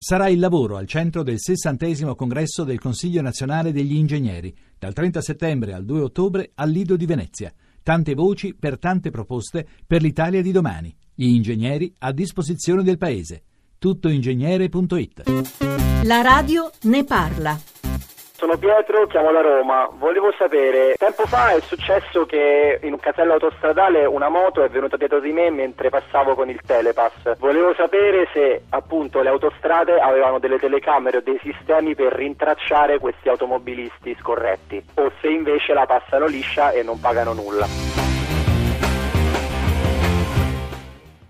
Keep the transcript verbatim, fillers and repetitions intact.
Sarà il lavoro al centro del sessantesimo congresso del Consiglio Nazionale degli Ingegneri, dal trenta settembre al due ottobre al Lido di Venezia. Tante voci per tante proposte per l'Italia di domani. Gli ingegneri a disposizione del Paese. tuttoingegnere punto it. La radio ne parla. Sono Pietro, chiamo da Roma. Volevo sapere, tempo fa è successo che in un casello autostradale una moto è venuta dietro di me mentre passavo con il Telepass. Volevo sapere se appunto le autostrade avevano delle telecamere o dei sistemi per rintracciare questi automobilisti scorretti o se invece la passano liscia e non pagano nulla.